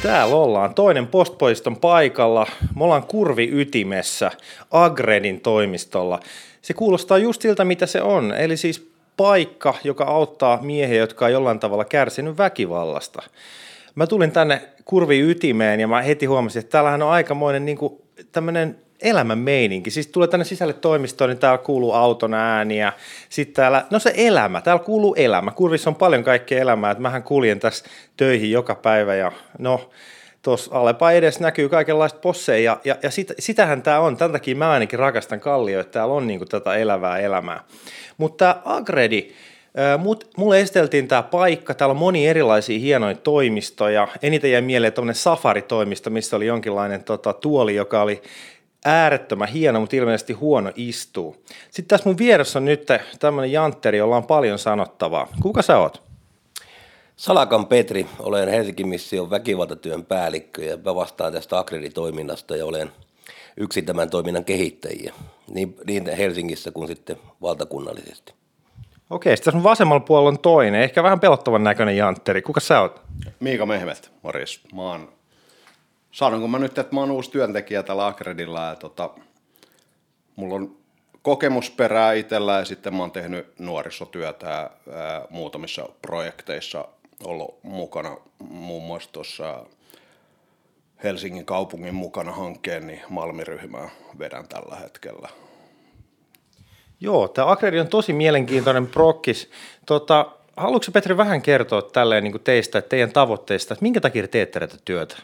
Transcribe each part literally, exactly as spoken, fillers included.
Täällä ollaan toinen postpoiston paikalla. Me ollaan Kurvi-ytimessä Agredin toimistolla. Se kuulostaa just siltä, mitä se on. Eli siis paikka, joka auttaa miehiä, jotka on jollain tavalla kärsinyt väkivallasta. Mä tulin tänne Kurvi-ytimeen ja mä heti huomasin, että täällähän on aikamoinen niin kuin tämmöinen elämän meininki. Siis tulee tänne sisälle toimistoon, niin täällä kuuluu auton ääniä. Sitten täällä, no se elämä, täällä kuuluu elämä. Kurvissa on paljon kaikkea elämää, että mähän kuljen tässä töihin joka päivä ja no, tuossa alepaa edes näkyy kaikenlaista posseja ja, ja sit, sitähän tämä on. Tämän takia mä ainakin rakastan Kallio, että täällä on niinku tätä elävää elämää. Mutta tämä Agredi, Mut, mulle esiteltiin tämä paikka, täällä on moni erilaisia hienoja toimistoja. Eniten jäi mieleen tuommoinen safaritoimisto, missä oli jonkinlainen tota, tuoli, joka oli äärettömän hieno, mutta ilmeisesti huono istuu. Sitten tässä mun vieressä on nyt tämmöinen jantteri, jolla on paljon sanottavaa. Kuka sä oot? Salakan Petri, olen Helsingin mission väkivaltatyön päällikkö ja mä vastaan tästä Agredi-toiminnasta ja olen yksi tämän toiminnan kehittäjiä, niin, niin Helsingissä kuin sitten valtakunnallisesti. Okei, sitten tässä mun vasemmalla puolella on toinen, ehkä vähän pelottavan näköinen jantteri. Kuka sä oot? Miika Mehmet, morjes. Mä oon, sanonko mä nyt, että mä oon uusi työntekijä tällä Agredilla ja tota, mulla on kokemusperää itsellä ja sitten mä oon tehnyt nuorisotyötä ää, muutamissa projekteissa ollut mukana, muun muassa tuossa Helsingin kaupungin mukana hankkeen, niin Malmi-ryhmää vedän tällä hetkellä. Joo, tämä Agredi on tosi mielenkiintoinen prokkis. Tota, haluatko Petri vähän kertoa tälleen niin kuin teistä, että teidän tavoitteista, että minkä takia teette tätä työtä?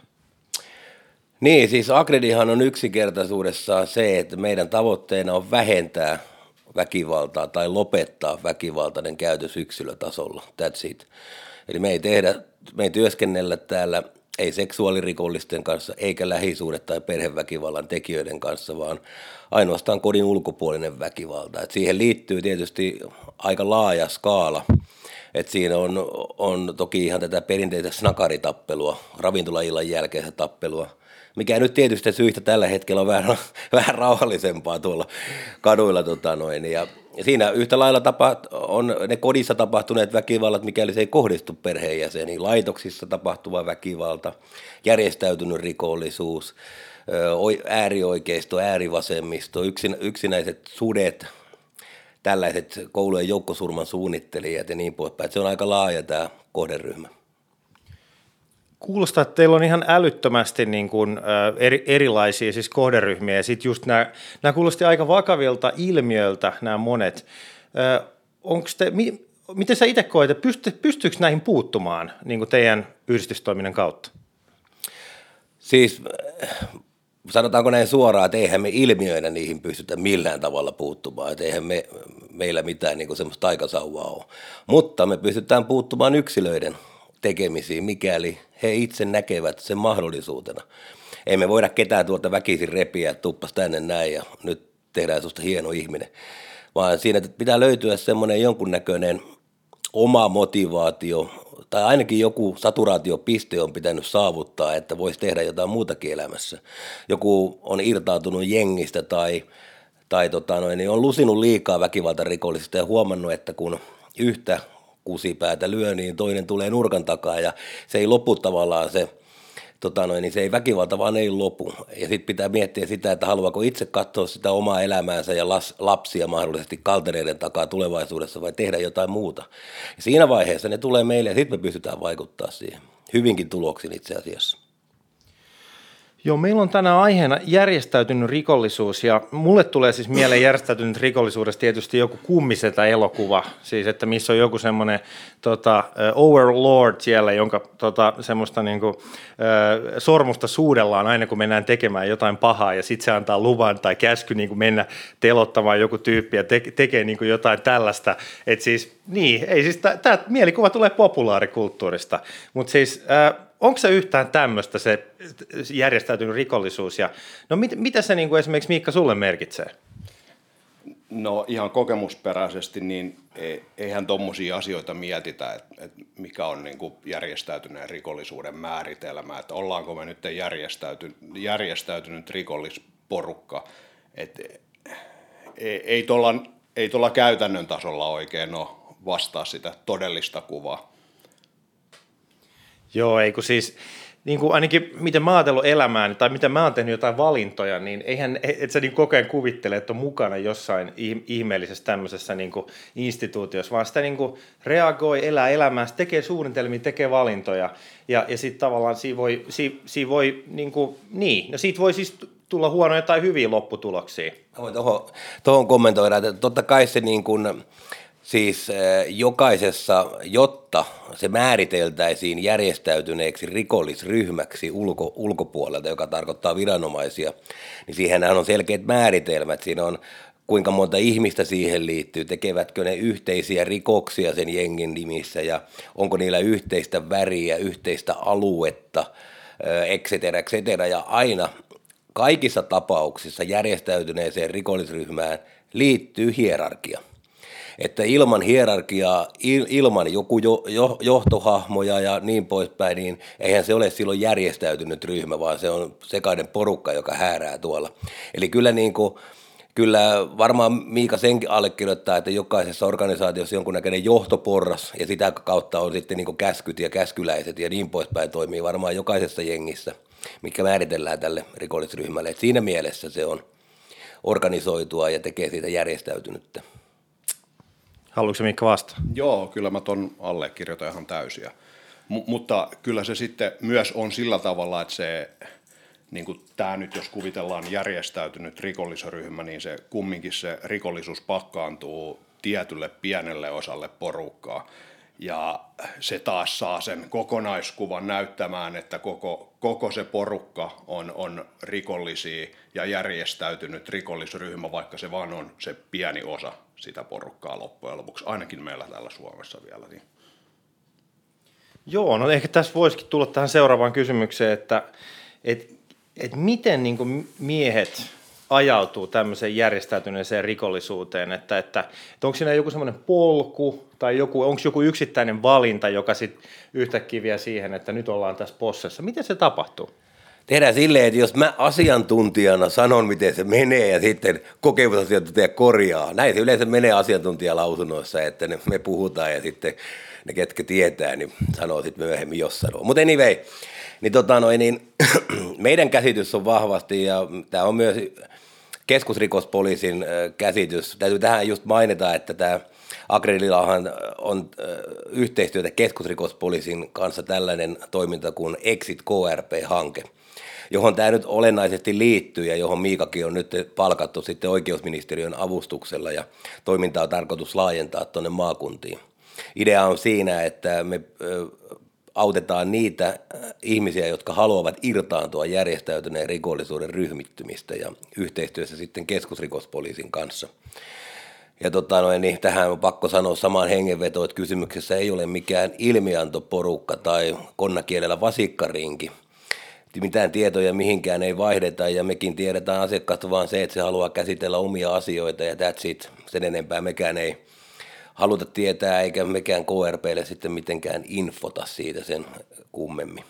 Niin, siis Agredihan on yksinkertaisuudessaan se, että meidän tavoitteena on vähentää väkivaltaa tai lopettaa väkivaltainen käytös yksilötasolla. That's it. Eli me ei tehdä, me ei työskennellä täällä ei seksuaalirikollisten kanssa eikä lähisuhde- tai perheväkivallan tekijöiden kanssa, vaan ainoastaan kodin ulkopuolinen väkivalta. Et siihen liittyy tietysti aika laaja skaala. Et siinä on, on toki ihan tätä perinteistä snakaritappelua, ravintolaillan jälkeistä tappelua, mikä nyt tietysti syystä tällä hetkellä on vähän, vähän rauhallisempaa tuolla kaduilla. Tota noin, ja siinä yhtä lailla tapa, on ne kodissa tapahtuneet väkivallat, mikäli se ei kohdistu perheenjäseniin, laitoksissa tapahtuva väkivalta, järjestäytynyt rikollisuus, äärioikeisto, äärivasemmisto, yksin, yksinäiset sudet, tällaiset koulujen joukkosurman suunnittelijat ja niin poispäin. Se on aika laaja tämä kohderyhmä. Kuulostaa, että teillä on ihan älyttömästi niin kuin, ä, eri, erilaisia siis kohderyhmiä ja sitten just nämä, nämä kuulosti aika vakavilta ilmiöiltä nämä monet. Ä, onko te, mi, miten sä itse koet, että pystyy, pystyykö näihin puuttumaan niin kuin teidän yhdistystoiminnan kautta? Siis sanotaanko näin suoraan, että eihän me ilmiöinä niihin pystytä millään tavalla puuttumaan, että eihän me, meillä mitään niin kuin semmoista taikasauvaa ole, mutta me pystytään puuttumaan yksilöiden tekemisiin, mikäli he itse näkevät sen mahdollisuutena. Ei me voida ketään tuolta väkisin repiä, että tuppas tänne näin ja nyt tehdään susta hieno ihminen, vaan siinä pitää löytyä semmoinen jonkunnäköinen oma motivaatio tai ainakin joku saturaatiopiste on pitänyt saavuttaa, että voisi tehdä jotain muutakin elämässä. Joku on irtautunut jengistä tai, tai tota noin, niin on lusinut liikaa väkivaltarikollisista ja huomannut, että kun yhtä kusipäätä lyö, niin toinen tulee nurkan takaa ja se ei lopu tavallaan se, tota noin, niin se ei väkivalta vaan ei lopu. Ja sitten pitää miettiä sitä, että haluaako itse katsoa sitä omaa elämäänsä ja las, lapsia mahdollisesti kaltereiden takaa tulevaisuudessa vai tehdä jotain muuta. Ja siinä vaiheessa ne tulee meille ja sitten me pystytään vaikuttaa siihen. Hyvinkin tuloksin itse asiassa. Joo, meillä on tänään aiheena järjestäytynyt rikollisuus ja mulle tulee siis mieleen järjestäytynyt rikollisuudesta tietysti joku Kummisetä-elokuva, siis että missä on joku semmoinen tota, overlord siellä, jonka tota, semmoista niinku, äh, sormusta suudellaan aina kun mennään tekemään jotain pahaa ja sitten se antaa luvan tai käsky niinku mennä telottamaan joku tyyppi ja te- tekee niinku jotain tällaista, että siis niin, ei siis tämä mielikuva tulee populaarikulttuurista, mutta siis äh, onko se yhtään tämmöistä se järjestäytynyt rikollisuus ja no mit, mitä se niin kuin esimerkiksi Miikka sulle merkitsee? No ihan kokemusperäisesti niin eihän tommosia asioita mietitä, että, että mikä on niin kuin järjestäytyneen rikollisuuden määritelmä, että ollaanko me nyt järjestäytynyt, järjestäytynyt rikollisporukka, että ei, ei tuolla ei tuolla käytännön tasolla oikein ole vastaa sitä todellista kuvaa. Joo, ei kun siis niin kuin ainakin miten mä oon ajatellut elämääni tai miten mä oon tehnyt jotain valintoja, niin eihän, et sä niin koko ajan kuvittele, että on mukana jossain ihmeellisessä tämmöisessä niin kuin instituutiossa, vaan sitä niin kuin reagoi, elää elämää, tekee suunnitelmia, tekee valintoja ja, ja sitten tavallaan siinä voi, siinä, siinä voi niin kuin, niin, no siitä voi siis tulla huonoja tai hyviä lopputuloksia. Tuohon, tuohon kommentoida, että totta kai se niin kuin, siis jokaisessa, jotta se määriteltäisiin järjestäytyneeksi rikollisryhmäksi ulko, ulkopuolelta, joka tarkoittaa viranomaisia, niin siihenhän on selkeät määritelmät. Siinä on kuinka monta ihmistä siihen liittyy, tekevätkö ne yhteisiä rikoksia sen jengin nimissä ja onko niillä yhteistä väriä, yhteistä aluetta, et cetera, et cetera. Ja aina kaikissa tapauksissa järjestäytyneeseen rikollisryhmään liittyy hierarkia. Että ilman hierarkiaa, ilman joku jo, jo, johtohahmoja ja niin poispäin, niin eihän se ole silloin järjestäytynyt ryhmä, vaan se on sekainen porukka, joka häärää tuolla. Eli kyllä, niin kuin, kyllä varmaan Miika senkin allekirjoittaa, että jokaisessa organisaatiossa jonkunnäköinen johtoporras ja sitä kautta on sitten niin kuin käskyt ja käskyläiset ja niin poispäin toimii varmaan jokaisessa jengissä, mikä määritellään tälle rikollisryhmälle. Et siinä mielessä se on organisoitua ja tekee siitä järjestäytynyttä. Haluatko Miikka vastaa? Joo, kyllä mä ton allekirjoitan ihan täysiä. M- mutta kyllä se sitten myös on sillä tavalla, että se, niin kuin tämä nyt jos kuvitellaan järjestäytynyt rikollisryhmä, niin se kumminkin se rikollisuus pakkaantuu tietylle pienelle osalle porukkaa. Ja se taas saa sen kokonaiskuvan näyttämään, että koko, koko se porukka on, on rikollisia ja järjestäytynyt rikollisryhmä, vaikka se vaan on se pieni osa sitä porukkaa loppujen lopuksi, ainakin meillä täällä Suomessa vielä. Niin. Joo, no ehkä tässä voisikin tulla tähän seuraavaan kysymykseen, että et, et miten niin kuin miehet ajautuu tämmöiseen järjestäytyneeseen rikollisuuteen, että, että, että onko siinä joku semmoinen polku tai joku, onko joku yksittäinen valinta, joka sitten yhtäkkiä vie siihen, että nyt ollaan tässä possessa. Miten se tapahtuu? Tehdään silleen, että jos mä asiantuntijana sanon, miten se menee ja sitten kokemusasiantuntija korjaa. Näin se yleensä menee asiantuntijalausunnoissa, että ne, me puhutaan ja sitten ne, ketkä tietää, niin sanoo sitten myöhemmin, jos sanoo. Mutta anyway, niin, tota noin, niin meidän käsitys on vahvasti, ja tämä on myös keskusrikospoliisin käsitys. Täytyy tähän just mainita, että tämä Agredillahan on yhteistyötä keskusrikospoliisin kanssa tällainen toiminta kuin Exit K R P-hanke, johon tämä nyt olennaisesti liittyy ja johon Miikakin on nyt palkattu sitten oikeusministeriön avustuksella ja toimintaa on tarkoitus laajentaa tuonne maakuntiin. Idea on siinä, että me autetaan niitä ihmisiä, jotka haluavat irtaantua järjestäytyneen rikollisuuden ryhmittymistä ja yhteistyössä sitten keskusrikospoliisin kanssa. Ja tota noin, niin tähän on pakko sanoa samaan hengenvetoon, että kysymyksessä ei ole mikään ilmiantoporukka tai konnakielellä vasikkarinki. Mitään tietoja mihinkään ei vaihdeta ja mekin tiedetään asiakkaasta vaan se, että se haluaa käsitellä omia asioita ja that's it. Sen enempää mekään ei haluta tietää eikä mekään K R P:lle sitten mitenkään infota siitä sen kummemmin.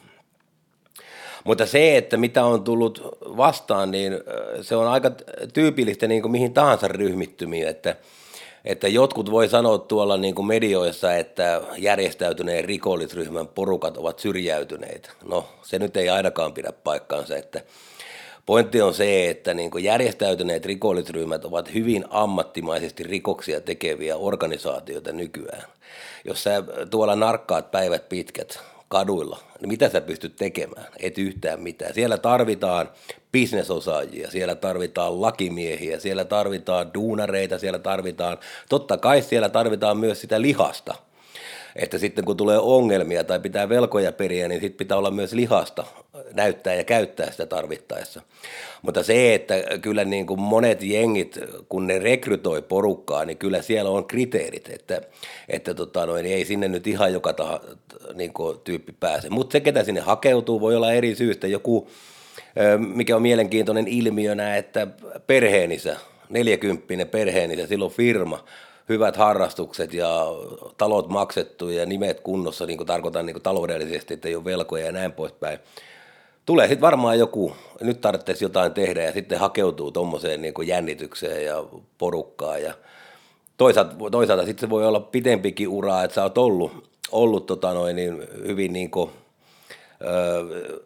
Mutta se, että mitä on tullut vastaan, niin se on aika tyypillistä niin kuin mihin tahansa ryhmittymiin, että, että jotkut voi sanoa tuolla niin kuin medioissa, että järjestäytyneen rikollisryhmän porukat ovat syrjäytyneitä. No, se nyt ei ainakaan pidä paikkaansa, että pointti on se, että niin kuin järjestäytyneet rikollisryhmät ovat hyvin ammattimaisesti rikoksia tekeviä organisaatioita nykyään. Jos sä tuolla narkkaat päivät pitkät kaduilla, niin mitä sä pystyt tekemään? Et yhtään mitään. Siellä tarvitaan bisnesosaajia, siellä tarvitaan lakimiehiä, siellä tarvitaan duunareita, siellä tarvitaan, totta kai siellä tarvitaan myös sitä lihasta. Että sitten kun tulee ongelmia tai pitää velkoja periä, niin sitten pitää olla myös lihasta näyttää ja käyttää sitä tarvittaessa. Mutta se, että kyllä niin kuin monet jengit, kun ne rekrytoi porukkaa, niin kyllä siellä on kriteerit, että, että tota noin, ei sinne nyt ihan joka taha, niin kuin tyyppi pääse. Mutta se, ketä sinne hakeutuu, voi olla eri syystä. Joku, mikä on mielenkiintoinen ilmiönä, että perheenisä, neljäkymppinen perheenisä, silloin firma, hyvät harrastukset ja talot maksettu ja nimet kunnossa, niin kuin tarkoitan niin kuin taloudellisesti, että ei ole velkoja ja näin poispäin. Tulee sitten varmaan joku, nyt tarvitsisi jotain tehdä ja sitten hakeutuu tuommoiseen niin kuin jännitykseen ja porukkaan. Ja toisaalta, toisaalta sitten se voi olla pitempikin uraa, että sä oot ollut, ollut tota noin, niin hyvin niin kuin, ö,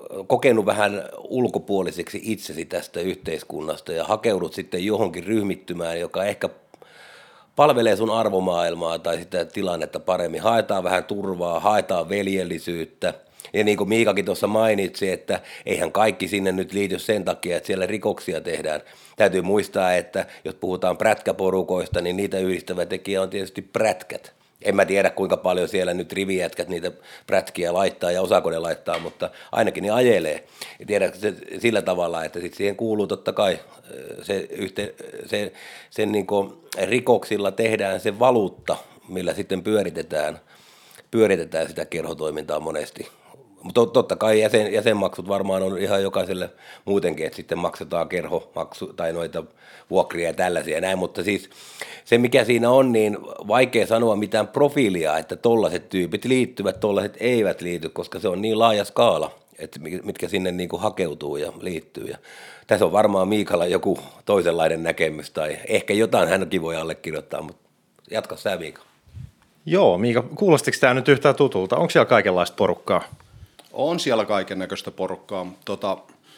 kokenut vähän ulkopuoliseksi itsesi tästä yhteiskunnasta ja hakeudut sitten johonkin ryhmittymään, joka ehkä palvelee sun arvomaailmaa tai sitä tilannetta paremmin. Haetaan vähän turvaa, haetaan veljellisyyttä. Ja niin kuin Miikakin tuossa mainitsi, että eihän kaikki sinne nyt liity sen takia, että siellä rikoksia tehdään. Täytyy muistaa, että jos puhutaan prätkäporukoista, niin niitä yhdistävä tekijä on tietysti prätkät. En mä tiedä, kuinka paljon siellä nyt rivijätkät niitä prätkiä laittaa ja osaako ne laittaa, mutta ainakin ne ajelee. Ja tiedätkö se sillä tavalla, että sit siihen kuuluu totta kai se, yhte, se sen niin kuin rikoksilla tehdään se valuutta, millä sitten pyöritetään, pyöritetään sitä kerhotoimintaa monesti. Mutta totta kai jäsen, jäsenmaksut varmaan on ihan jokaiselle muutenkin, että sitten maksetaan kerhomaksu tai noita vuokria ja tällaisia ja näin, mutta siis se mikä siinä on, niin vaikea sanoa mitään profiilia, että tollaiset tyypit liittyvät, tollaiset eivät liity, koska se on niin laaja skaala, että mitkä sinne niin kuin hakeutuu ja liittyy. Ja tässä on varmaan Miikalla joku toisenlainen näkemys tai ehkä jotain hänkin voi allekirjoittaa, mutta jatka sä Miika. Joo, Miika, kuulostiko tämä nyt yhtään tutulta? Onko siellä kaikenlaista porukkaa? On siellä kaiken näköistä porukkaa. Tota,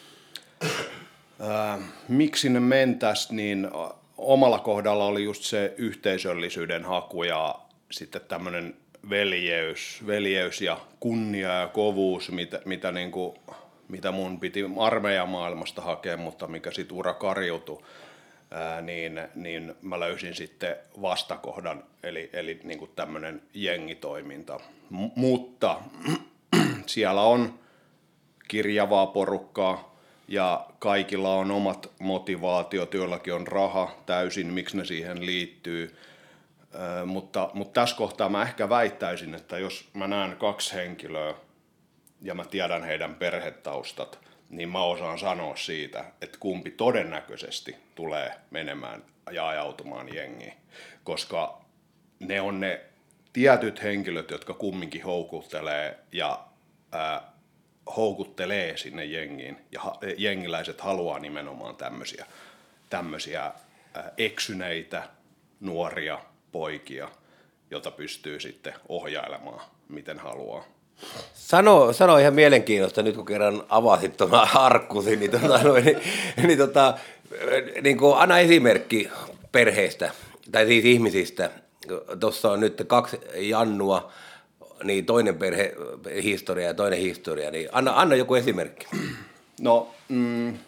ää, miksi sinne mentäisi, niin omalla kohdalla oli just se yhteisöllisyyden haku ja sitten tämmöinen veljeys, veljeys ja kunnia ja kovuus, mitä, mitä, niin kuin, mitä mun piti armeijamaailmasta hakea, mutta mikä sitten ura karjutui, ää, niin, niin mä löysin sitten vastakohdan, eli, eli niin kuin tämmöinen jengitoiminta. M- mutta siellä on kirjavaa porukkaa ja kaikilla on omat motivaatiot, joillakin on raha täysin, miksi ne siihen liittyy. Ö, mutta, mutta tässä kohtaa mä ehkä väittäisin, että jos mä näen kaksi henkilöä ja mä tiedän heidän perhetaustat, niin mä osaan sanoa siitä, että kumpi todennäköisesti tulee menemään ja ajautumaan jengiin, koska ne on ne tietyt henkilöt, jotka kumminkin houkuttelee ja ää, houkuttelee sinne jengiin ja ha, jengiläiset haluaa nimenomaan tämmöisiä, tämmöisiä ää, eksyneitä nuoria poikia, jota pystyy sitten ohjailemaan miten haluaa. Sano, sano ihan mielenkiintoista, nyt kun kerran avasit tuon arkkusi, niin, tota, niin, niin, tota, niin kuin anna esimerkki perheestä, tai siis ihmisistä. Tuossa on nyt kaksi Jannua, niin toinen perhehistoria ja toinen historia, niin anna, anna joku esimerkki. No, mm,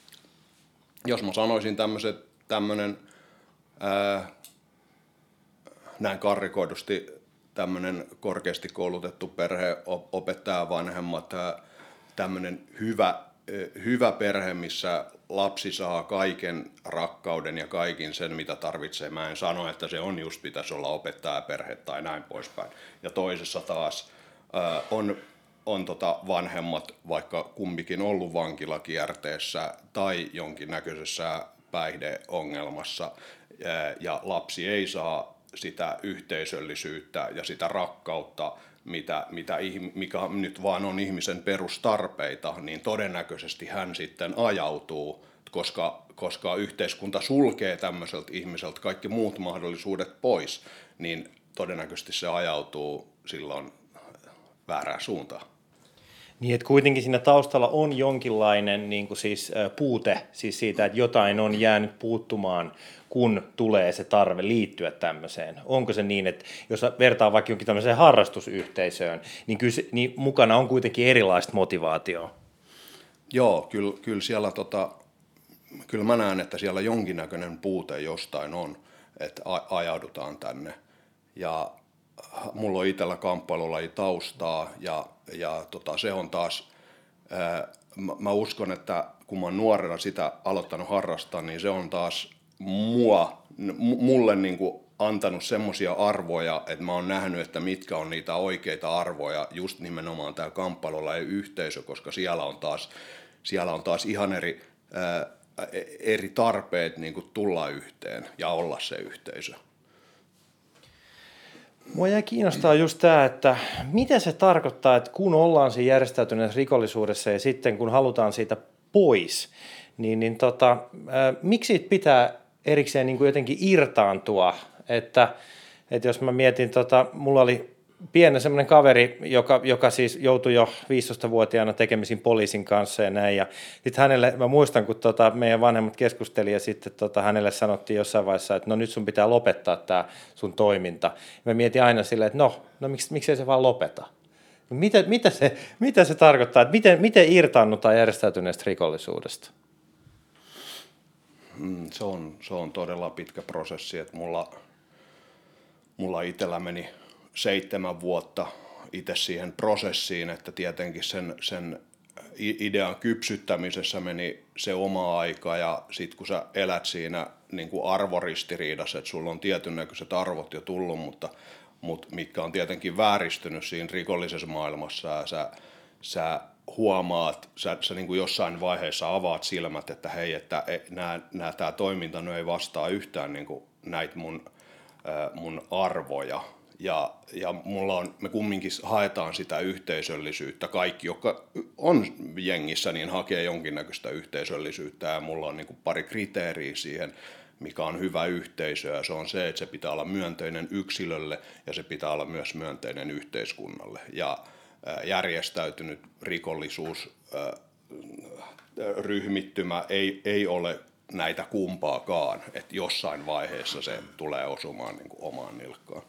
jos mä sanoisin tämmöiset, tämmöinen, ää, näin karrikoidusti, tämmöinen korkeasti koulutettu perhe, opettaja vanhemmat, tämmöinen hyvä, hyvä perhe, missä lapsi saa kaiken rakkauden ja kaikin sen, mitä tarvitsee. Mä en sano, että se on just pitäisi olla opettajaperhe tai näin poispäin. Ja toisessa taas ää, on, on tota vanhemmat, vaikka kumpikin ollut vankilakierteessä tai jonkinnäköisessä päihdeongelmassa, ää, ja lapsi ei saa sitä yhteisöllisyyttä ja sitä rakkautta, mitä, mitä, mikä nyt vaan on ihmisen perustarpeita, niin todennäköisesti hän sitten ajautuu, koska, koska yhteiskunta sulkee tämmöiseltä ihmiseltä kaikki muut mahdollisuudet pois, niin todennäköisesti se ajautuu silloin väärään suuntaan. Niin, että kuitenkin siinä taustalla on jonkinlainen niin kuin siis, ä, puute siis siitä, että jotain on jäänyt puuttumaan, kun tulee se tarve liittyä tämmöiseen. Onko se niin, että jos vertaa vaikka jonkin tämmöiseen harrastusyhteisöön, niin, kyllä se, niin mukana on kuitenkin erilaista motivaatioa? Joo, kyllä, kyllä siellä tota, kyllä mä näen, että siellä jonkinnäköinen puute jostain on, että a- ajaudutaan tänne. Ja mulla on itsellä kamppailulaji taustaa ja, ja tota, se on taas, ää, mä, mä uskon, että kun mä oon nuorena sitä aloittanut harrastaa, niin se on taas mua, mulle niin kuin antanut semmoisia arvoja, että mä oon nähnyt, että mitkä on niitä oikeita arvoja, just nimenomaan tämä kamppailulaji yhteisö, koska siellä on taas, siellä on taas ihan eri, ää, eri tarpeet niin kuin tulla yhteen ja olla se yhteisö. Mua jäi kiinnostaa just tämä, että mitä se tarkoittaa, että kun ollaan siinä järjestäytyneessä rikollisuudessa ja sitten kun halutaan siitä pois, niin, niin tota, ää, miksi siitä pitää erikseen niin kuin jotenkin irtaantua, että, että jos mä mietin, tota, mulla oli pienen semmoinen kaveri, joka, joka siis joutui jo viisitoistavuotiaana tekemisiin poliisin kanssa ja näin. Ja sitten hänelle, mä muistan, kun tota meidän vanhemmat keskusteli ja sitten tota hänelle sanottiin jossain vaiheessa, että no nyt sun pitää lopettaa tämä sun toiminta. Ja mä mietin aina silleen, että no, no miksi, miksei se vaan lopeta? Mitä, mitä, se, mitä se tarkoittaa, että miten, miten irtaannutaan järjestäytyneestä rikollisuudesta? Mm, se, on, se on todella pitkä prosessi, että mulla, mulla itsellä meni seitsemän vuotta itse siihen prosessiin, että tietenkin sen, sen idean kypsyttämisessä meni se oma aika ja sitten kun sä elät siinä niin kuin arvoristiriidassa, että sulla on tietyn näköiset arvot jo tullut, mutta, mutta mitkä on tietenkin vääristynyt siinä rikollisessa maailmassa ja sä, sä huomaat, sä, sä niin kuin jossain vaiheessa avaat silmät, että hei, että tämä toiminta no ei vastaa yhtään niin kuin näitä mun, ää, mun arvoja. Ja, ja mulla on, me kumminkin haetaan sitä yhteisöllisyyttä. Kaikki, jotka on jengissä, niin hakee jonkinnäköistä yhteisöllisyyttä. Ja mulla on niin kuin pari kriteeriä siihen, mikä on hyvä yhteisö. Ja se on se, että se pitää olla myönteinen yksilölle ja se pitää olla myös myönteinen yhteiskunnalle. Ja ää, järjestäytynyt rikollisuus, ää, ryhmittymä ei, ei ole näitä kumpaakaan. Että jossain vaiheessa se tulee osumaan niin kuin omaan nilkkaan.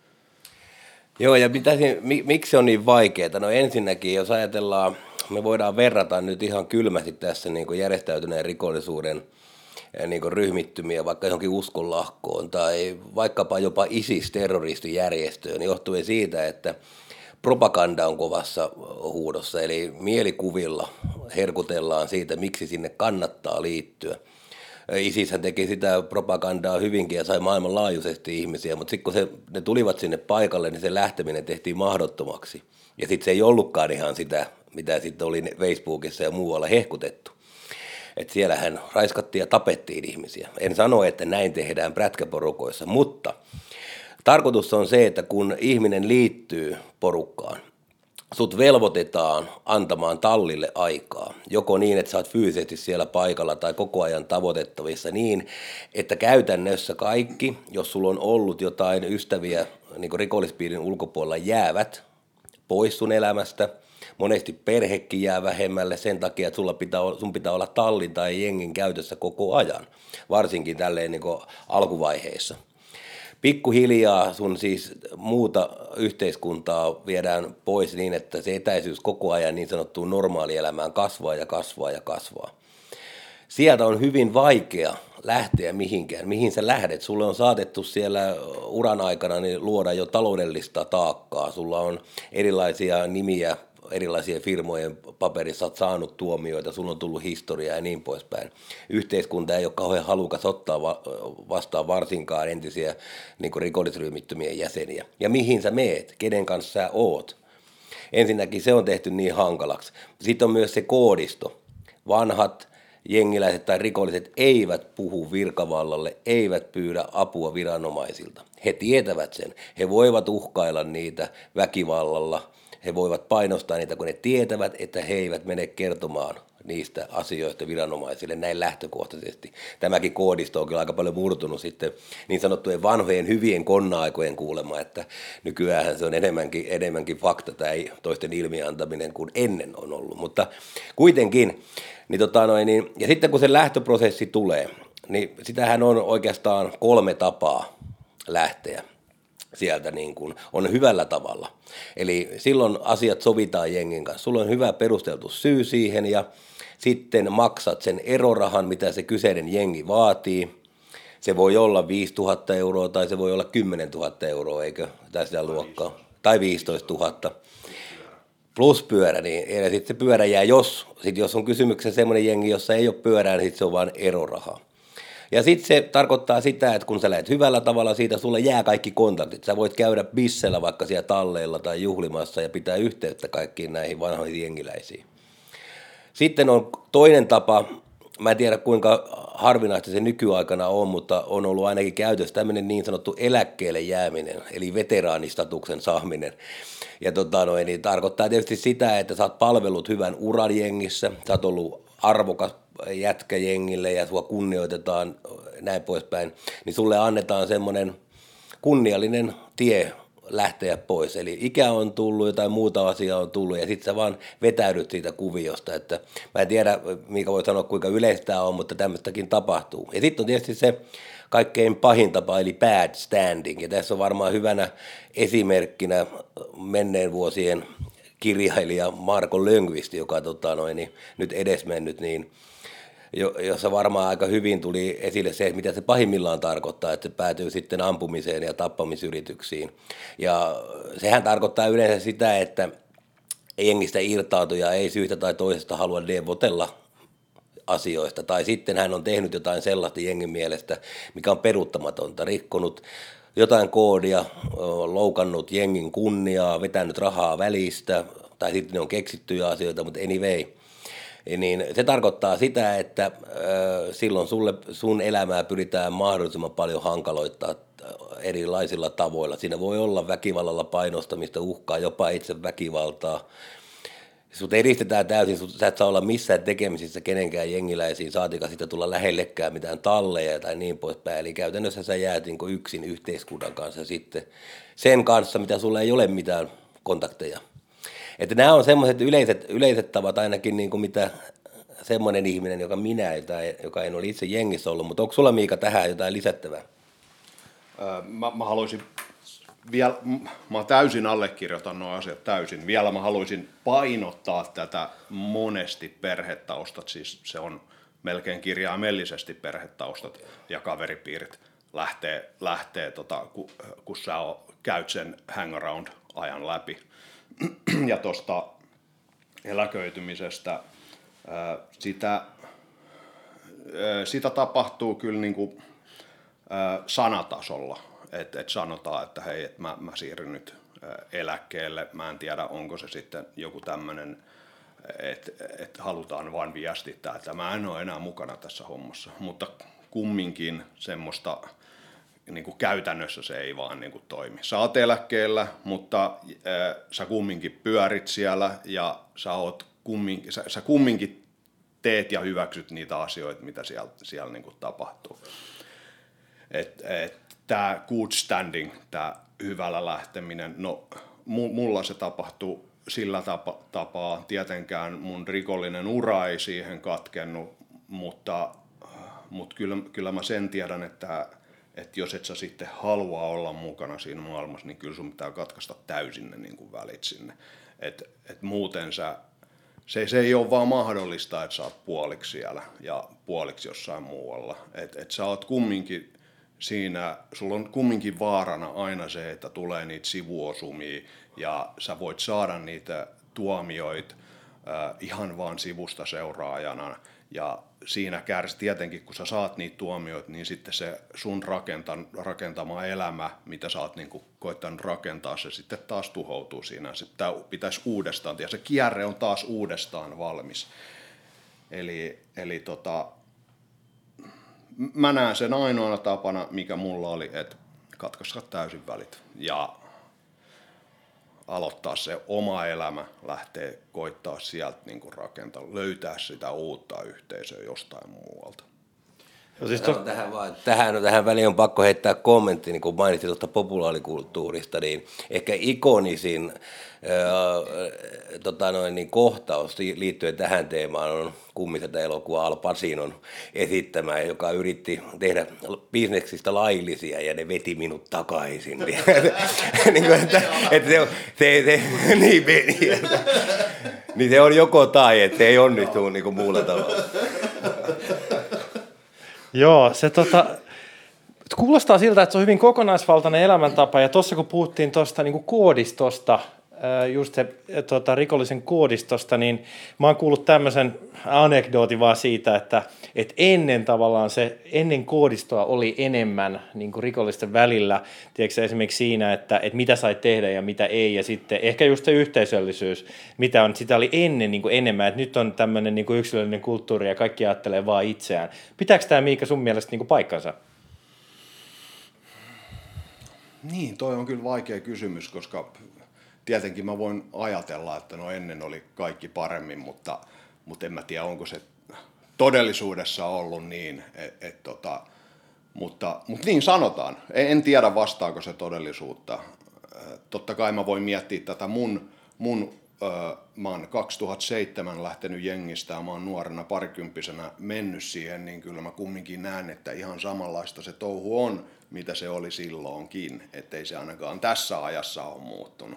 Joo, ja mitä, miksi se on niin vaikeaa? No ensinnäkin, jos ajatellaan, me voidaan verrata nyt ihan kylmästi tässä niin kuin järjestäytyneen rikollisuuden niin kuin ryhmittymiä vaikka johonkin uskonlahkoon tai vaikkapa jopa ISIS-terroristijärjestöön, johtuen siitä, että propaganda on kovassa huudossa, eli mielikuvilla herkutellaan siitä, miksi sinne kannattaa liittyä. ISIShän teki sitä propagandaa hyvinkin ja sai maailmanlaajuisesti ihmisiä, mutta sitten kun se, ne tulivat sinne paikalle, niin se lähteminen tehtiin mahdottomaksi. Ja sitten se ei ollutkaan ihan sitä, mitä sitten oli Facebookissa ja muualla hehkutettu. Että siellähän raiskattiin ja tapettiin ihmisiä. En sano, että näin tehdään prätkäporukoissa, mutta tarkoitus on se, että kun ihminen liittyy porukkaan, sut velvoitetaan antamaan tallille aikaa, joko niin, että sä oot fyysisesti siellä paikalla tai koko ajan tavoitettavissa niin, että käytännössä kaikki, jos sulla on ollut jotain ystäviä niin kuin rikollispiirin ulkopuolella, jäävät pois sun elämästä. Monesti perhekin jää vähemmälle sen takia, että sulla pitää, sun pitää olla tallin tai jengin käytössä koko ajan, varsinkin tälleen niin kuin alkuvaiheessa. Pikkuhiljaa sun siis muuta yhteiskuntaa viedään pois niin, että se etäisyys koko ajan niin sanottuun normaalielämään kasvaa ja kasvaa ja kasvaa. Sieltä on hyvin vaikea lähteä mihinkään. Mihin sä lähdet? Sulle on saatettu siellä uran aikana niin luoda jo taloudellista taakkaa. Sulla on erilaisia nimiä, erilaisia firmojen paperissa olet saanut tuomioita, sulla on tullut historiaa ja niin poispäin. Yhteiskunta ei ole kauhean halukas ottaa vastaan varsinkaan entisiä niin kuin rikollisryhmittymien jäseniä. Ja mihin sä meet? Kenen kanssa sä oot? Ensinnäkin se on tehty niin hankalaksi. Sitten on myös se koodisto. Vanhat jengiläiset tai rikolliset eivät puhu virkavallalle, eivät pyydä apua viranomaisilta. He tietävät sen. He voivat uhkailla niitä väkivallalla. He voivat painostaa niitä, kun ne tietävät, että he eivät mene kertomaan niistä asioista viranomaisille näin lähtökohtaisesti. Tämäkin koodisto on kyllä aika paljon murtunut sitten niin sanottujen vanhojen hyvien konna-aikojen kuulema, että nykyään se on enemmänkin, enemmänkin fakta tai toisten ilmiantaminen kuin ennen on ollut. Mutta kuitenkin, niin tota noin, niin, ja sitten kun se lähtöprosessi tulee, niin sitähän on oikeastaan kolme tapaa lähteä sieltä niin kuin on hyvällä tavalla. Eli silloin asiat sovitaan jengin kanssa. Sulla on hyvä perusteltu syy siihen ja sitten maksat sen erorahan, mitä se kyseinen jengi vaatii. Se voi olla viisituhatta euroa tai se voi olla kymmenentuhatta euroa, eikö tässä luokkaa? Tai viisitoistatuhatta. Plus pyörä, niin ja sitten se pyörä jää, jos, sit jos on kysymyksessä semmoinen jengi, jossa ei ole pyörää, niin sitten se on vain eroraha. Ja sitten se tarkoittaa sitä, että kun sä lähdet hyvällä tavalla siitä, sulle jää kaikki kontaktit. Sä voit käydä bissellä vaikka siellä talleilla tai juhlimassa ja pitää yhteyttä kaikkiin näihin vanhoihin jengiläisiin. Sitten on toinen tapa, mä en tiedä kuinka harvinaista se nykyaikana on, mutta on ollut ainakin käytössä tämmöinen niin sanottu eläkkeelle jääminen, eli veteraanistatuksen saaminen. Ja tota noin, niin tarkoittaa tietysti sitä, että sä oot palvellut hyvän uran jengissä, sä oot ollut arvokas jätkäjengille ja sua kunnioitetaan näin poispäin, niin sulle annetaan semmoinen kunniallinen tie lähteä pois. Eli ikä on tullut, jotain muuta asiaa on tullut ja sitten sä vaan vetäydyt siitä kuviosta. Että mä en tiedä, mikä voi sanoa, kuinka yleistä on, mutta tämmöistäkin tapahtuu. Ja sitten on tietysti se kaikkein pahin tapa, eli bad standing. Ja tässä on varmaan hyvänä esimerkkinä menneen vuosien kirjailija Marko Lönnqvist, joka tota, noin, niin, nyt edesmennyt, niin jossa varmaan aika hyvin tuli esille se, että mitä se pahimmillaan tarkoittaa, että se päätyy sitten ampumiseen ja tappamisyrityksiin. Ja sehän tarkoittaa yleensä sitä, että jengistä irtautuja ei syystä tai toisesta halua neuvotella asioista, tai sitten hän on tehnyt jotain sellaista jengin mielestä, mikä on peruuttamatonta, rikkonut jotain koodia, loukannut jengin kunniaa, vetänyt rahaa välistä, tai sitten ne on keksittyjä asioita, mutta anyway. Niin se tarkoittaa sitä, että silloin sulle, sun elämää pyritään mahdollisimman paljon hankaloittaa erilaisilla tavoilla. Siinä voi olla väkivallalla painostamista, uhkaa, jopa itse väkivaltaa. Sut eristetään täysin, sä et saa olla missään tekemisissä kenenkään jengiläisiin, saatika sitä tulla lähellekään mitään talleja tai niin poispäin. Eli käytännössä sä jäät niin kuin yksin yhteiskunnan kanssa sitten sen kanssa, mitä sulla ei ole mitään kontakteja. Että nämä on semmoiset yleiset, yleiset tavat ainakin niin kuin mitä semmoinen ihminen, joka minä, joka en ole itse jengissä ollut, mutta onko sulla Miika tähän jotain lisättävää? Öö, mä, mä haluaisin vielä, mä täysin allekirjoitan nuo asiat täysin. Vielä mä haluaisin painottaa tätä monesti perhetaustat, siis se on melkein kirjaimellisesti perhetaustat ja kaveripiirit lähtee, lähtee tota, kun, kun sä käyt sen hangaround-ajan läpi. Ja tuosta eläköitymisestä, sitä, sitä tapahtuu kyllä niin kuin sanatasolla, että et sanotaan, että hei, et mä, mä siirryn nyt eläkkeelle, mä en tiedä onko se sitten joku tämmöinen, että et halutaan vaan viestittää, että mä en ole enää mukana tässä hommassa, mutta kumminkin semmoista niin kuin käytännössä se ei vaan niin kuin toimi. Sä oot eläkkeellä, mutta äh, sä kumminkin pyörit siellä ja sä, oot kumminkin, sä, sä kumminkin teet ja hyväksyt niitä asioita, mitä siellä, siellä niin kuin tapahtuu. Et, et, tää good standing, tää hyvällä lähteminen, no mulla se tapahtuu sillä tapa, tapaa. Tietenkään mun rikollinen ura ei siihen katkennut, mutta, mutta kyllä, kyllä mä sen tiedän, että että jos et sä sitten halua olla mukana siinä maailmassa, niin kyllä sun pitää katkaista täysin ne niin kuin välit sinne. Et, et muuten sä, se, se ei ole vaan mahdollista, että sä oot puoliksi siellä ja puoliksi jossain muualla. Et, et sä oot kumminkin siinä, sulla on kumminkin vaarana aina se, että tulee niitä sivuosumia ja sä voit saada niitä tuomioita äh, ihan vaan sivusta seuraajana. Ja siinä kärsi tietenkin, kun sä saat niitä tuomioita, niin sitten se sun rakentan, rakentama elämä, mitä sä oot niin kuin koittanut rakentaa, se sitten taas tuhoutuu siinä. Se pitäisi uudestaan, ja se kierre on taas uudestaan valmis. Eli, eli tota, mä näen sen ainoana tapana, mikä mulla oli, että katkaista täysin välit ja aloittaa se oma elämä, lähtee koittaa sieltä niin kuin rakentaa, löytää sitä uutta yhteisöä jostain muualta. No siis to... tähän, vaan, tähän, tähän väliin on pakko heittää kommentti, niin kuin mainitsin tuosta populaarikulttuurista, niin ehkä ikonisin ää, tota noin, niin kohtaus liittyen tähän teemaan on kummiselta elokuva Al Pacinon esittämä, joka yritti tehdä bisneksistä laillisia ja ne veti minut takaisin. niin, että, että se, se, se, niin, niin se on joko tai, että se ei onnistu niin kuin muulla tavalla. Joo, se tota, kuulostaa siltä, että se on hyvin kokonaisvaltainen elämäntapa, ja tuossa kun puhuttiin tuosta niin kuin koodistosta, just se tota, rikollisen koodistosta, niin mä oon kuullut tämmöisen anekdootin vaan siitä, että, että ennen tavallaan se, ennen koodistoa oli enemmän niin kuin rikollisten välillä, tiedätkö, esimerkiksi siinä, että, että mitä sai tehdä ja mitä ei, ja sitten ehkä just se yhteisöllisyys, mitä on, sitä oli ennen niin kuin enemmän, että nyt on tämmöinen niin kuin yksilöllinen kulttuuri ja kaikki ajattelee vaan itseään. Pitääkö tämä, Miika, sun mielestä niin kuin paikkansa? Niin, toi on kyllä vaikea kysymys, koska tietenkin mä voin ajatella, että no ennen oli kaikki paremmin, mutta, mutta en mä tiedä, onko se todellisuudessa ollut niin. Et, et, tota, mutta, mutta niin sanotaan. En, en tiedä, vastaako se todellisuutta. totta kai mä voin miettiä tätä mun, mun äh, mä oon kaksituhattaseitsemän lähtenyt jengistä ja mä oon nuorena parikymppisenä mennyt siihen, niin kyllä mä kumminkin näen, että ihan samanlaista se touhu on, mitä se oli silloinkin, ettei se ainakaan tässä ajassa ole muuttunut.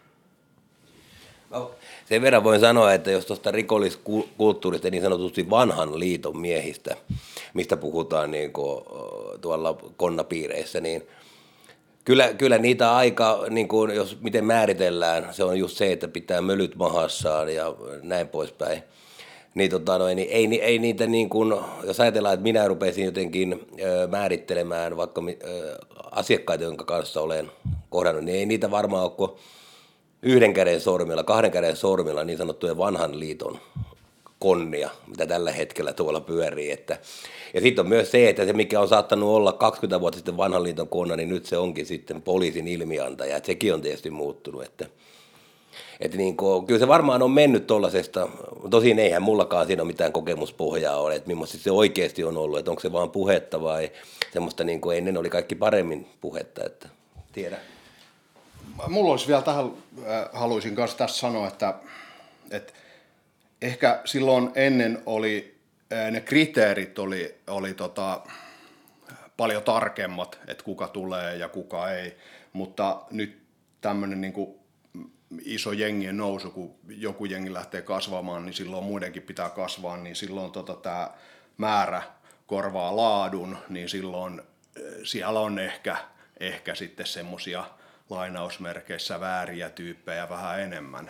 Sen verran voin sanoa, että jos tuosta rikolliskulttuurista, niin sanotusti vanhan liiton miehistä, mistä puhutaan niin kuin tuolla konnapiireissä, niin kyllä, kyllä niitä aika, niin kuin jos miten määritellään, se on just se, että pitää mölyt mahassaan ja näin poispäin. Niin, tota, no, niin, ei, ei niitä niin kuin, jos ajatellaan, että minä rupesin jotenkin ö, määrittelemään vaikka ö, asiakkaita, jonka kanssa olen kohdannut, niin ei niitä varmaan ole yhden käden sormilla, kahden käden sormilla niin sanottujen vanhan liiton konnia, mitä tällä hetkellä tuolla pyörii. Että, ja sitten on myös se, että se mikä on saattanut olla kaksikymmentä vuotta sitten vanhan liiton konna, niin nyt se onkin sitten poliisin ilmiantaja. Että sekin on tietysti muuttunut. Että, että niin kuin, kyllä se varmaan on mennyt tuollaisesta, tosin eihän mullakaan siinä ole mitään kokemuspohjaa ole, että millaista se oikeasti on ollut, että onko se vaan puhetta vai semmoista niin kuin ennen oli kaikki paremmin puhetta, että tiedä. Mulla olisi vielä tähän, äh, haluaisin myös tässä sanoa, että, että ehkä silloin ennen oli, äh, ne kriteerit oli, oli tota, paljon tarkemmat, että kuka tulee ja kuka ei, mutta nyt tämmöinen niin kuin iso jengien nousu, kun joku jengi lähtee kasvamaan, niin silloin muidenkin pitää kasvaa, niin silloin tota, tämä määrä korvaa laadun, niin silloin äh, siellä on ehkä, ehkä sitten semmoisia lainausmerkeissä vääriä tyyppejä vähän enemmän.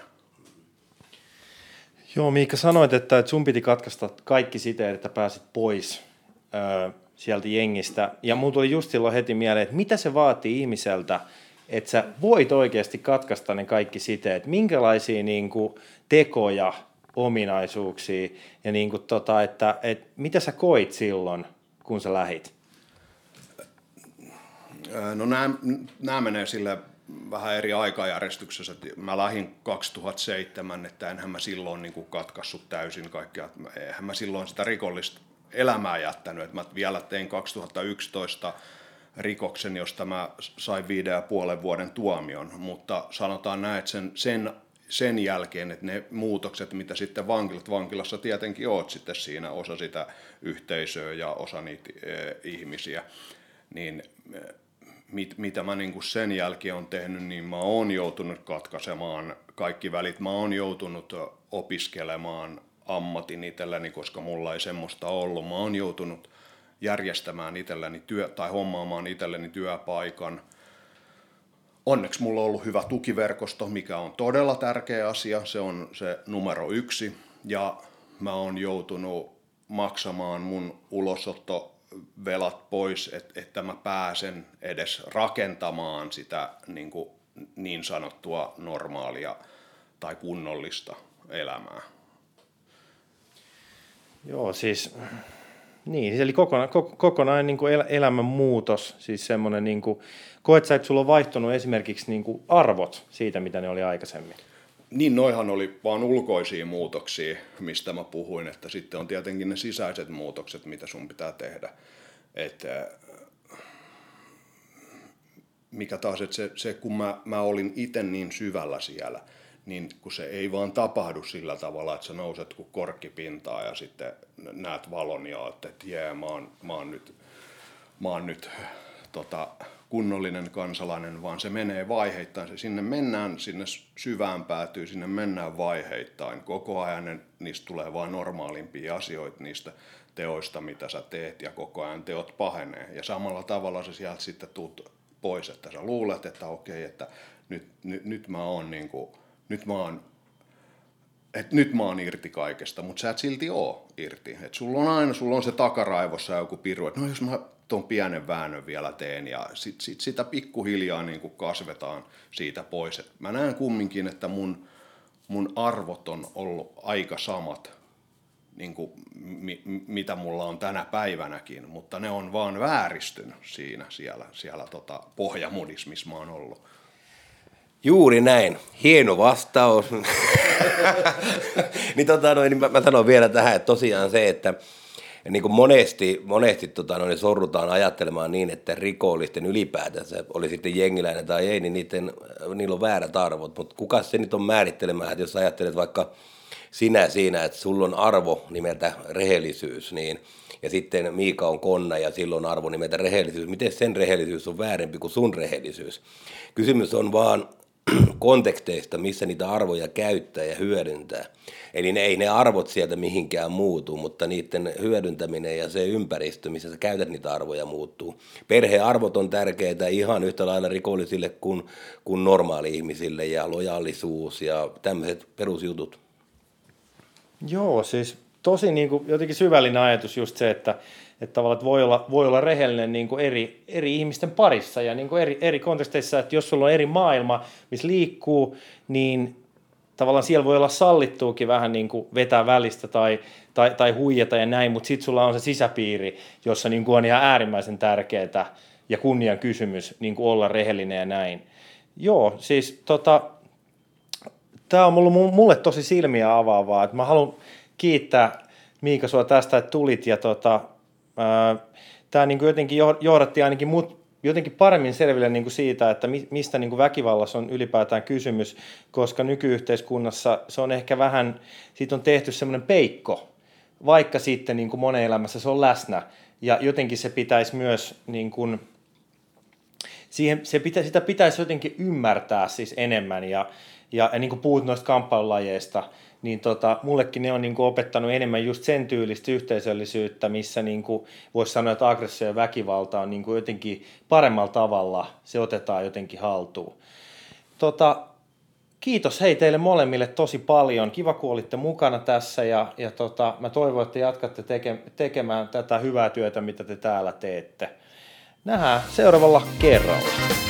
Joo, Miikka, sanoit, että sun piti katkaista kaikki siteet, että pääsit pois ö, sieltä jengistä. Ja mulla tuli just silloin heti mieleen, että mitä se vaatii ihmiseltä, että sä voit oikeasti katkaista ne kaikki siteet. Minkälaisia niin kuin, tekoja, ominaisuuksia ja niin kuin, tota, että, että mitä sä koit silloin, kun sä lähit? No nämä, nämä menee sille vähän eri aikajärjestyksessä. Mä lähdin kaksituhattaseitsemän, että enhän mä silloin niin kuin katkaissut täysin kaikkea. Eihän mä silloin sitä rikollista elämää jättänyt. Että mä vielä tein kaksituhattayksitoista rikoksen, josta mä sain viiden ja puolen vuoden tuomion. Mutta sanotaan näin, että sen, sen, sen jälkeen, että ne muutokset, mitä sitten vankilat, vankilassa tietenkin oot sitten siinä, osa sitä yhteisöä ja osa niitä eh, ihmisiä, niin mit, mitä mä niin kuin sen jälkeen on tehnyt, niin mä oon joutunut katkaisemaan kaikki välit. Mä oon joutunut opiskelemaan ammatin itselleni, koska mulla ei semmoista ollut. Mä oon joutunut järjestämään itselleni työ, tai hommaamaan itselleni työpaikan. Onneksi mulla on ollut hyvä tukiverkosto, mikä on todella tärkeä asia. Se on se numero yksi. Ja mä oon joutunut maksamaan mun ulosotto velat pois, että, että mä pääsen edes rakentamaan sitä niin, kuin niin sanottua normaalia tai kunnollista elämää. Joo, siis niin, eli kokonaan, kokonaan niin kuin elämän muutos, siis semmoinen, niin kuin, koet sä, että sulla on vaihtunut esimerkiksi niin kuin arvot siitä, mitä ne oli aikaisemmin? Niin, noihan oli vaan ulkoisia muutoksia, mistä mä puhuin, että sitten on tietenkin ne sisäiset muutokset, mitä sun pitää tehdä. Että mikä taas, että se, se kun mä, mä olin itse niin syvällä siellä, niin kun se ei vaan tapahdu sillä tavalla, että sä nouset kuin korkkipintaa ja sitten näet valon ja että jee, mä oon, mä oon nyt, mä oon nyt tota, kunnollinen kansalainen, vaan se menee vaiheittain. Se sinne mennään, sinne syvään päätyy, sinne mennään vaiheittain. Koko ajan ne, niistä tulee vaan normaalimpia asioita niistä teoista, mitä sä teet, ja koko ajan teot pahenee. Ja samalla tavalla sä sieltä sitten tuut pois, että sä luulet, että okei, että nyt, nyt, nyt mä oon niinku, nyt mä oon että nyt mä oon irti kaikesta, mutta sä et silti oo irti. Et sulla on aina, sulla on se takaraivossa joku piru, että no jos mä tuon pienen väännön vielä teen, ja sit, sit sitä pikkuhiljaa niin kuin kasvetaan siitä pois. Et mä näen kumminkin, että mun, mun arvot on ollut aika samat, niin kuin mi, mitä mulla on tänä päivänäkin, mutta ne on vaan vääristynyt siinä, siellä, siellä tota pohjamudissa, missä mä oon ollut. Juuri näin. Hieno vastaus. niin, tota, no, niin mä, mä sanon vielä tähän, että tosiaan se, että ja niin kuin monesti, monesti tota, no, niin sorrutaan ajattelemaan niin, että rikollisten ylipäätänsä, oli sitten jengiläinen tai ei, niin niiden, niillä on väärät arvot, mutta kuka se nyt on määrittelemään, että jos ajattelet vaikka sinä siinä, että sulla on arvo nimeltä rehellisyys, niin, ja sitten Miika on konna ja silloin arvo nimeltä rehellisyys, miten sen rehellisyys on väärempi kuin sun rehellisyys? Kysymys on vaan konteksteista, missä niitä arvoja käyttää ja hyödyntää. Eli ne, ei ne arvot sieltä mihinkään muutu, mutta niiden hyödyntäminen ja se ympäristö, missä sä käytät niitä arvoja, muuttuu. Perhearvot on tärkeitä ihan yhtä lailla rikollisille kuin, kuin normaali-ihmisille ja lojaalisuus ja tämmöiset perusjutut. Joo, siis tosi niin kuin, jotenkin syvällinen ajatus just se, että, että tavallaan että voi, olla, voi olla rehellinen niin kuin eri, eri ihmisten parissa ja niin kuin eri, eri konteksteissa, että jos sulla on eri maailma, missä liikkuu, niin tavallaan siellä voi olla sallittuukin vähän niin kuin vetää välistä tai, tai, tai huijata ja näin, mutta sitten sulla on se sisäpiiri, jossa niin kuin on ihan äärimmäisen tärkeää ja kunnian kysymys niin kuin olla rehellinen ja näin. Joo, siis tota, tämä on ollut mulle tosi silmiä avaavaa, että mä haluan kiittää Miika sua tästä, että tulit ja tota, tämä niin kuin jotenkin johdatti ainakin mut jotenkin paremmin selville niin kuin siitä, että mistä niin kuin väkivallassa on ylipäätään kysymys, koska nykyyhteiskunnassa se on ehkä vähän, siitä on tehty semmoinen peikko, vaikka sitten niin kuin monen elämässä se on läsnä, ja jotenkin se pitäisi myös, niin kuin, siihen, se pitä, sitä pitäisi jotenkin ymmärtää siis enemmän, ja, ja, ja niin kuin puhut noista kamppailulajeista, niin tota, mullekin ne on niin kuin opettanut enemmän just sen tyylistä yhteisöllisyyttä, missä niin kuin voisi sanoa, että aggressio ja väkivalta on niin kuin jotenkin paremmalla tavalla, se otetaan jotenkin haltuun. Tota, kiitos hei teille molemmille tosi paljon, kiva kun olitte mukana tässä ja, ja tota, mä toivon, että jatkatte teke, tekemään tätä hyvää työtä, mitä te täällä teette. Nähdään seuraavalla kerralla.